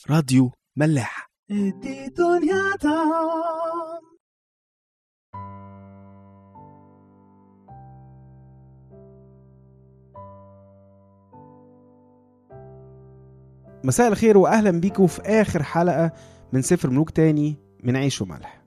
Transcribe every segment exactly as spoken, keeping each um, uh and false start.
راديو ملاح. مساء الخير وأهلا بيكم في آخر حلقة من سفر ملوك تاني من عيش وملح.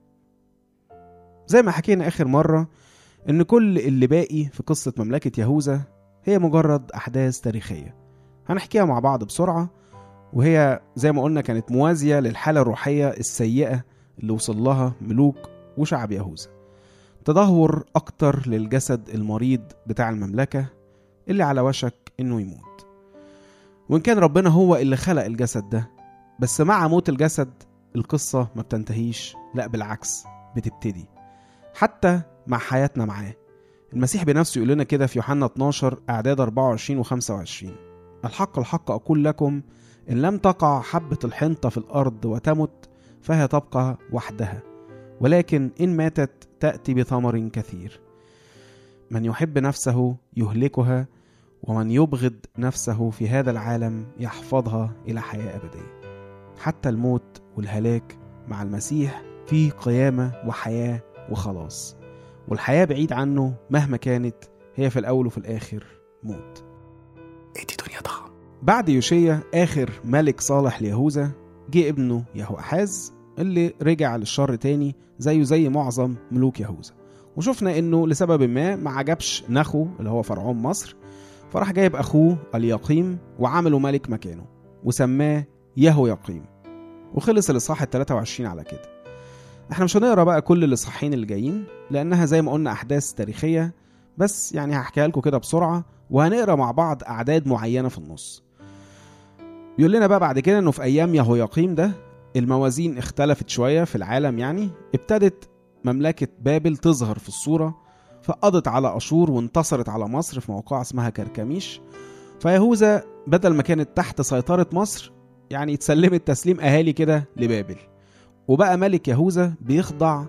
زي ما حكينا آخر مرة إن كل اللي باقي في قصة مملكة يهوذا هي مجرد أحداث تاريخية هنحكيها مع بعض بسرعة، وهي زي ما قلنا كانت موازية للحالة الروحية السيئة اللي وصل لها ملوك وشعب يهوذا. تدهور أكتر للجسد المريض بتاع المملكة اللي على وشك إنه يموت. وإن كان ربنا هو اللي خلق الجسد ده، بس مع موت الجسد القصة ما بتنتهيش، لا بالعكس بتبتدي حتى مع حياتنا معاه. المسيح بنفسه يقول لنا كده في يوحنا اتناشر أعداد أربعة وعشرين وخمسة وعشرين: الحق الحق أقول لكم إن لم تقع حبة الحنطة في الأرض وتمت فهي تبقى وحدها، ولكن إن ماتت تأتي بثمر كثير. من يحب نفسه يهلكها، ومن يبغض نفسه في هذا العالم يحفظها إلى حياة أبدية. حتى الموت والهلاك مع المسيح فيه قيامة وحياة وخلاص، والحياة بعيد عنه مهما كانت هي في الأول وفي الآخر موت. ادي دنيا ضخم. بعد يوشيا آخر ملك صالح ليهوذا جه ابنه يهوأحاز اللي رجع للشر تاني زيه زي معظم ملوك يهوذا. وشفنا انه لسبب ما ما عجبش نخو اللي هو فرعون مصر، فراح جايب اخوه اليقيم وعمله ملك مكانه وسماه يهويقيم. وخلص الاصحاح الثلاثة وعشرين على كده. احنا مش هنقرا بقى كل الاصحاحين اللي جايين لانها زي ما قلنا احداث تاريخيه، بس يعني هحكيها لكم كده بسرعه، وهنقرا مع بعض اعداد معينه في النص. بيقول لنا بقى بعد كده انه في ايام يهويقيم ده الموازين اختلفت شويه في العالم، يعني ابتدت مملكه بابل تظهر في الصوره، فقضت على اشور وانتصرت على مصر في موقع اسمها كركميش. فيهوذا بدل ما كانت تحت سيطره مصر يعني اتسلمت تسليم اهالي كده لبابل، وبقى ملك يهوذا بيخضع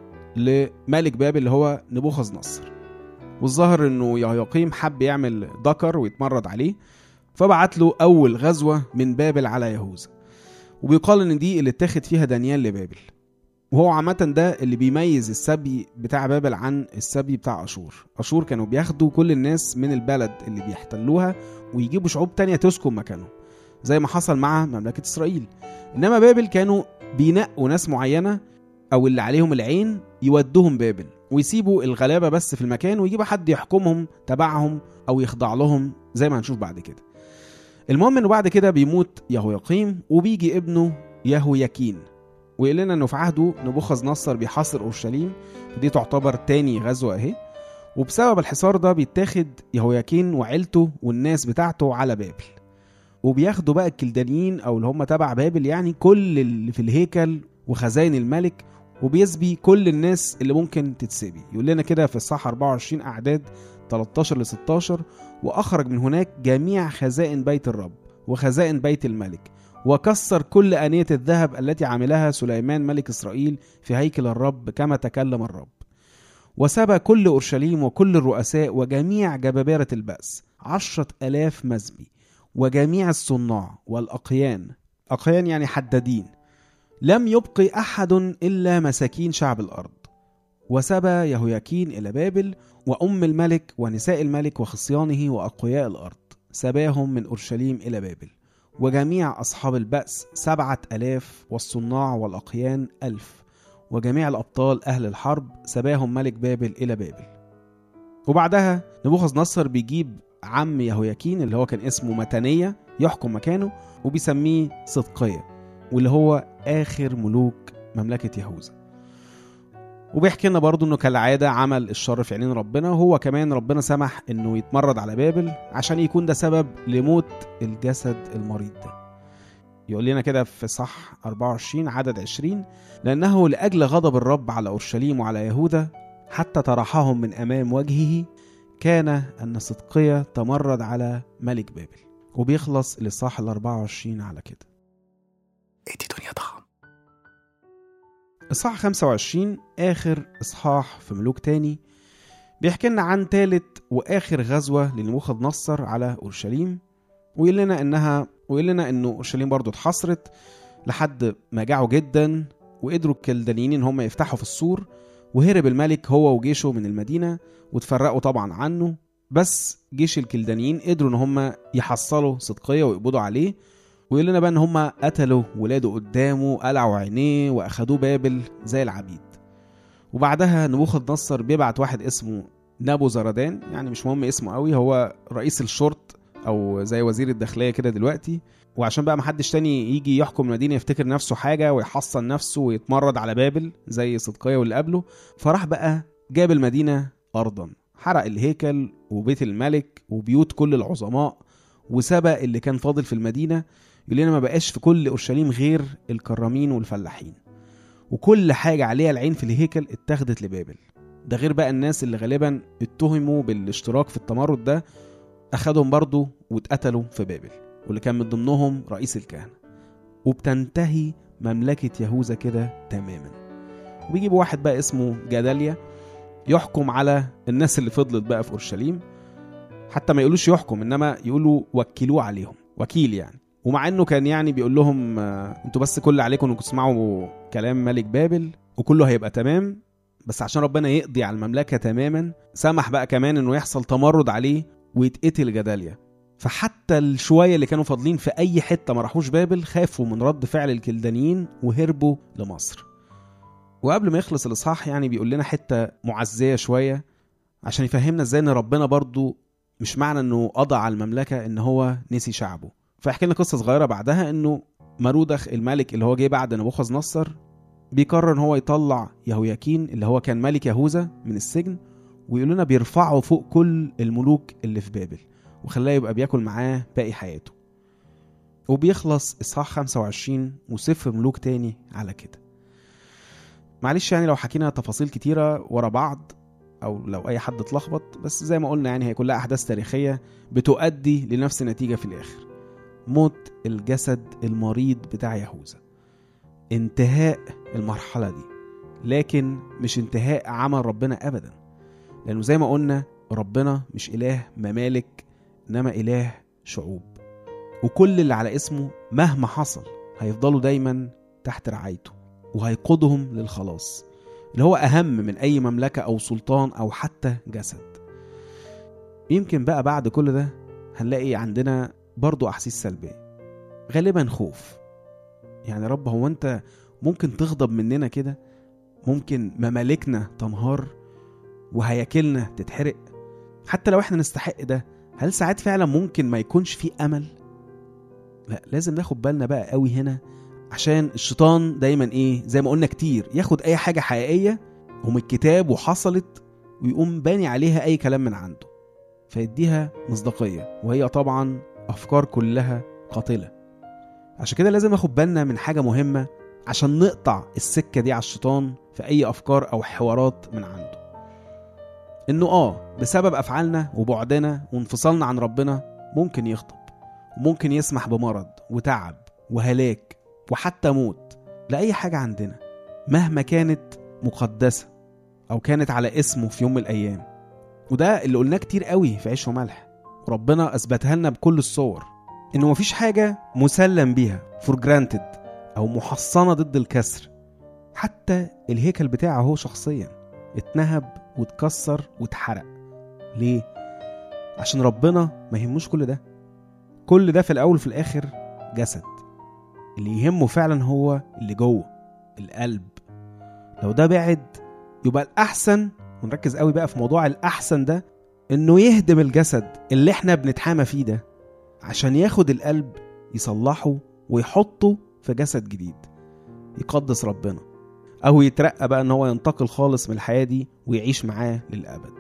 لملك بابل اللي هو نبوخذ نصر. والظاهر انه يهويقيم حب يعمل ذكر ويتمرد عليه، فبعت له اول غزوه من بابل على يهوذا. وبيقال ان دي اللي اتاخد فيها دانيال لبابل، وهو عامه ده اللي بيميز السبي بتاع بابل عن السبي بتاع اشور. اشور كانوا بياخدوا كل الناس من البلد اللي بيحتلوها ويجيبوا شعوب تانية تسكن مكانهم زي ما حصل مع مملكه اسرائيل. انما بابل كانوا بينقوا ناس معينه او اللي عليهم العين يودوهم بابل، ويسيبوا الغلابه بس في المكان ويجيبوا حد يحكمهم تبعهم او يخضع لهم زي ما هنشوف بعد كده. المهم انه بعد كده بيموت يهويقيم وبيجي ابنه يهوياكين، ويقول لنا انه في عهده نبوخذ نصر بيحاصر اورشليم، فدي تعتبر تاني غزوه اهي. وبسبب الحصار ده بيتاخد يهوياكين وعيلته والناس بتاعته على بابل، وبياخدوا بقى الكلدانيين او اللي هم تبع بابل يعني كل اللي في الهيكل وخزائن الملك، وبيسبي كل الناس اللي ممكن تتسبي. يقول لنا كده في الصح أربعة وعشرين أعداد تلتاشر لستاشر: وأخرج من هناك جميع خزائن بيت الرب وخزائن بيت الملك، وكسر كل آنية الذهب التي عملها سليمان ملك إسرائيل في هيكل الرب كما تكلم الرب. وسبى كل أورشليم وكل الرؤساء وجميع جبابرة البأس عشرة ألاف مزبي، وجميع الصناع والأقيان، أقيان يعني حدادين، لم يبقي أحد إلا مساكين شعب الأرض. وسبى يهوياكين إلى بابل، وأم الملك ونساء الملك وخصيانه وأقوياء الأرض سباهم من أورشليم إلى بابل، وجميع أصحاب البأس سبعة ألاف، والصناع والأقيان ألف، وجميع الأبطال أهل الحرب سباهم ملك بابل إلى بابل. وبعدها نبوخذ نصر بيجيب عم يهوياكين اللي هو كان اسمه متانية يحكم مكانه، وبيسميه صدقية، واللي هو آخر ملوك مملكة يهوذا. وبيحكي لنا برضو انه كالعادة عمل الشر في عينين ربنا، وهو كمان ربنا سمح انه يتمرد على بابل عشان يكون ده سبب لموت الجسد المريض ده. يقول لنا كده في صح أربعة وعشرين عدد عشرين: لأنه لأجل غضب الرب على أورشليم وعلى يهوذا حتى طرحهم من أمام وجهه كان أن صدقية تمرد على ملك بابل. وبيخلص الإصحاح الأربعة وعشرين على كده. ادي دنيا ضخم. إصحاح خمسة وعشرين آخر إصحاح في ملوك تاني، بيحكي لنا عن ثالث وآخر غزوة لنبوخذ نصر على أورشليم، ويقول لنا إنها ويقول لنا إنه أورشليم برضو اتحصرت، لحد ما جاعوا جدا وقدروا الكلدانيين ان هم يفتحوا في السور، وهرب الملك هو وجيشه من المدينة وتفرقوا طبعا عنه. بس جيش الكلدانيين قدروا ان هم يحصلوا صدقية ويقبضوا عليه، ويقول لنا بقى ان هم قتلوا ولاده قدامه، قلعوا عينيه واخدوه بابل زي العبيد. وبعدها نبوخذ نصر بيبعت واحد اسمه نابو زردان، يعني مش مهم اسمه قوي، هو رئيس الشرط او زي وزير الداخلية كده دلوقتي، وعشان بقى محدش تاني يجي يحكم المدينة يفتكر نفسه حاجة ويحصن نفسه ويتمرد على بابل زي صدقية واللي قبله، فراح بقى جاب المدينة أرضا، حرق الهيكل وبيت الملك وبيوت كل العظماء، وسبق اللي كان فاضل في المدينة. يقول لنا ما بقاش في كل أورشليم غير الكرامين والفلاحين، وكل حاجة عليها العين في الهيكل اتخذت لبابل. ده غير بقى الناس اللي غالبا اتهموا بالاشتراك في التمرد ده، أخدهم برضو واتقتلوا في بابل، واللي كان من ضمنهم رئيس الكهنة. وبتنتهي مملكة يهوذا كده تماما، وبيجيبوا واحد بقى اسمه جداليا يحكم على الناس اللي فضلت بقى في أورشليم، حتى ما يقولوش يحكم إنما يقولوا وكلوه عليهم، وكيل يعني. ومع إنه كان يعني بيقول لهم انتوا بس كل عليكم انكم تسمعوا كلام ملك بابل وكله هيبقى تمام، بس عشان ربنا يقضي على المملكة تماما سمح بقى كمان إنه يحصل تمرد عليه ويتقتل جداليا. فحتى الشوية اللي كانوا فاضلين في أي حتة ما راحوش بابل خافوا من رد فعل الكلدانيين وهربوا لمصر. وقبل ما يخلص الإصحاح يعني بيقول لنا حتة معزية شوية عشان يفهمنا ازاي ان ربنا برضو مش معنى انه قضى على المملكة ان هو نسي شعبه. فيحكي لنا قصة صغيرة بعدها انه مرودخ الملك اللي هو جه بعد نبوخذ نصر بيقرر ان هو يطلع يهوياكين اللي هو كان ملك يهوذا من السجن، ويقول لنا بيرفعه فوق كل الملوك اللي في بابل وخلاه يبقى بياكل معاه باقي حياته. وبيخلص إصحاح خمسة وعشرين وصفر ملوك تاني على كده. معلش يعني لو حكينا تفاصيل كتيرة ورا بعض أو لو أي حد اتلخبط، بس زي ما قلنا يعني هي كلها أحداث تاريخية بتؤدي لنفس النتيجة في الآخر، موت الجسد المريض بتاع يهوذا، انتهاء المرحلة دي، لكن مش انتهاء عمل ربنا أبدا، لأنه زي ما قلنا ربنا مش إله ممالك إنما إله شعوب، وكل اللي على اسمه مهما حصل هيفضلوا دايما تحت رعايته وهيقودهم للخلاص اللي هو أهم من أي مملكة أو سلطان أو حتى جسد. يمكن بقى بعد كل ده هنلاقي عندنا برضو أحاسيس سلبية، غالبا خوف. يعني رب هو أنت ممكن تغضب مننا كده؟ ممكن ممالكنا تنهار وهياكلنا تتحرق؟ حتى لو احنا نستحق ده، هل ساعات فعلا ممكن ما يكونش فيه أمل؟ لا، لازم ناخد بالنا بقى قوي هنا، عشان الشيطان دايما ايه زي ما قلنا كتير ياخد اي حاجة حقيقية ومن الكتاب وحصلت ويقوم باني عليها اي كلام من عنده فيديها مصداقية، وهي طبعا افكار كلها قاتلة. عشان كده لازم ناخد بالنا من حاجة مهمة عشان نقطع السكة دي على الشيطان في اي افكار او حوارات من عنده، انه اه بسبب افعالنا وبعدنا وانفصالنا عن ربنا ممكن يخطب وممكن يسمح بمرض وتعب وهلاك وحتى موت لأي حاجة عندنا مهما كانت مقدسة أو كانت على اسمه في يوم من الأيام. وده اللي قلناه كتير قوي في عيش وملح، وربنا أثبتها لنا بكل الصور، إنه مفيش حاجة مسلم بيها for granted أو محصنة ضد الكسر. حتى الهيكل بتاعه هو شخصيا اتنهب واتكسر واتحرق. ليه؟ عشان ربنا ما يهموش كل ده. كل ده في الأول في الآخر جسد، اللي يهمه فعلا هو اللي جوه القلب. لو ده بعد يبقى الأحسن، ونركز قوي بقى في موضوع الأحسن ده، إنه يهدم الجسد اللي احنا بنتحامى فيه ده عشان ياخد القلب يصلحه ويحطه في جسد جديد يقدس ربنا، أو يترقى بقى إن هو ينتقل خالص من الحياة دي ويعيش معاه للأبد.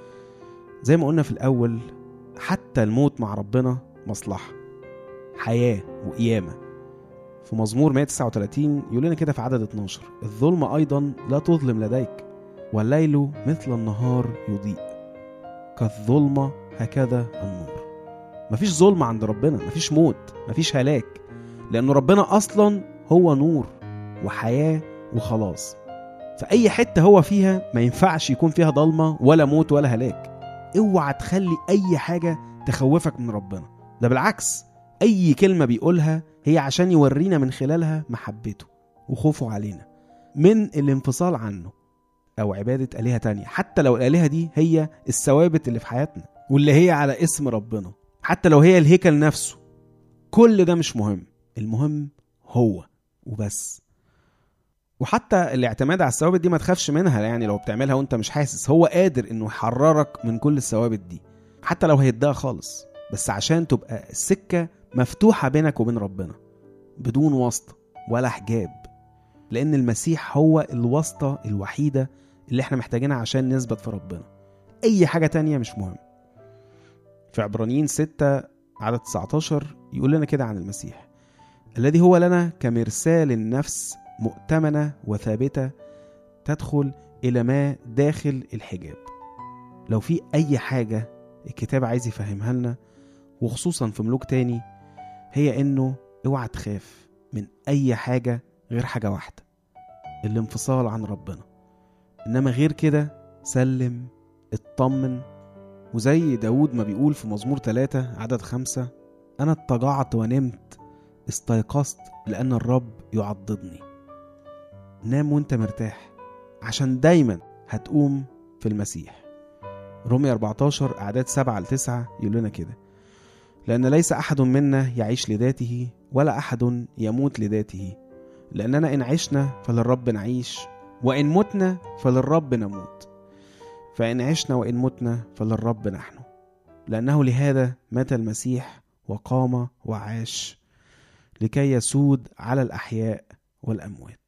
زي ما قلنا في الأول، حتى الموت مع ربنا مصلحة، حياة وقيامة. في مزمور مئة وتسعة وثلاثين يقول لنا كده في عدد اتناشر: الظلم أيضا لا تظلم لديك، والليل مثل النهار يضيء، كالظلمة هكذا النور. مفيش ظلم عند ربنا، مفيش موت، مفيش هلاك، لأن ربنا أصلا هو نور وحياة وخلاص. فأي حتة هو فيها ما ينفعش يكون فيها ضلمة ولا موت ولا هلاك. اوعى تخلي أي حاجة تخوفك من ربنا، ده بالعكس، أي كلمة بيقولها هي عشان يورينا من خلالها محبته وخوفه علينا من الانفصال عنه أو عبادة آلهة تانية، حتى لو الآلهة دي هي الثوابت اللي في حياتنا واللي هي على اسم ربنا، حتى لو هي الهيكل نفسه. كل ده مش مهم، المهم هو وبس. وحتى الاعتماد على الثوابت دي ما تخافش منها، يعني لو بتعملها وانت مش حاسس، هو قادر انه يحررك من كل الثوابت دي حتى لو هيديها خالص، بس عشان تبقى السكة مفتوحة بينك وبين ربنا بدون واسطة ولا حجاب، لأن المسيح هو الواسطة الوحيدة اللي احنا محتاجينها عشان نثبت في ربنا. أي حاجة تانية مش مهم. في عبرانيين ستة عدد تسعتاشر يقول لنا كده عن المسيح: الذي هو لنا كمرسال النفس مؤتمنة وثابتة تدخل إلى ما داخل الحجاب. لو في أي حاجة الكتاب عايز يفهمها لنا، وخصوصا في ملوك تاني، هي إنه اوعى تخاف من أي حاجة غير حاجة واحدة: الانفصال عن ربنا. إنما غير كده سلم، اطمن. وزي داود ما بيقول في مزمور ثلاثة عدد خمسة: أنا اضطجعت ونمت استيقظت لأن الرب يعضدني. نام وانت مرتاح عشان دايما هتقوم في المسيح. رومية أربعتاشر أعداد سبعة لتسعة يقول لنا كده: لأن ليس أحد منا يعيش لذاته ولا أحد يموت لذاته، لأننا إن عشنا فللرب نعيش، وإن متنا فللرب نموت. فإن عشنا وإن متنا فللرب نحن، لأنه لهذا مات المسيح وقام وعاش لكي يسود على الأحياء والأموات.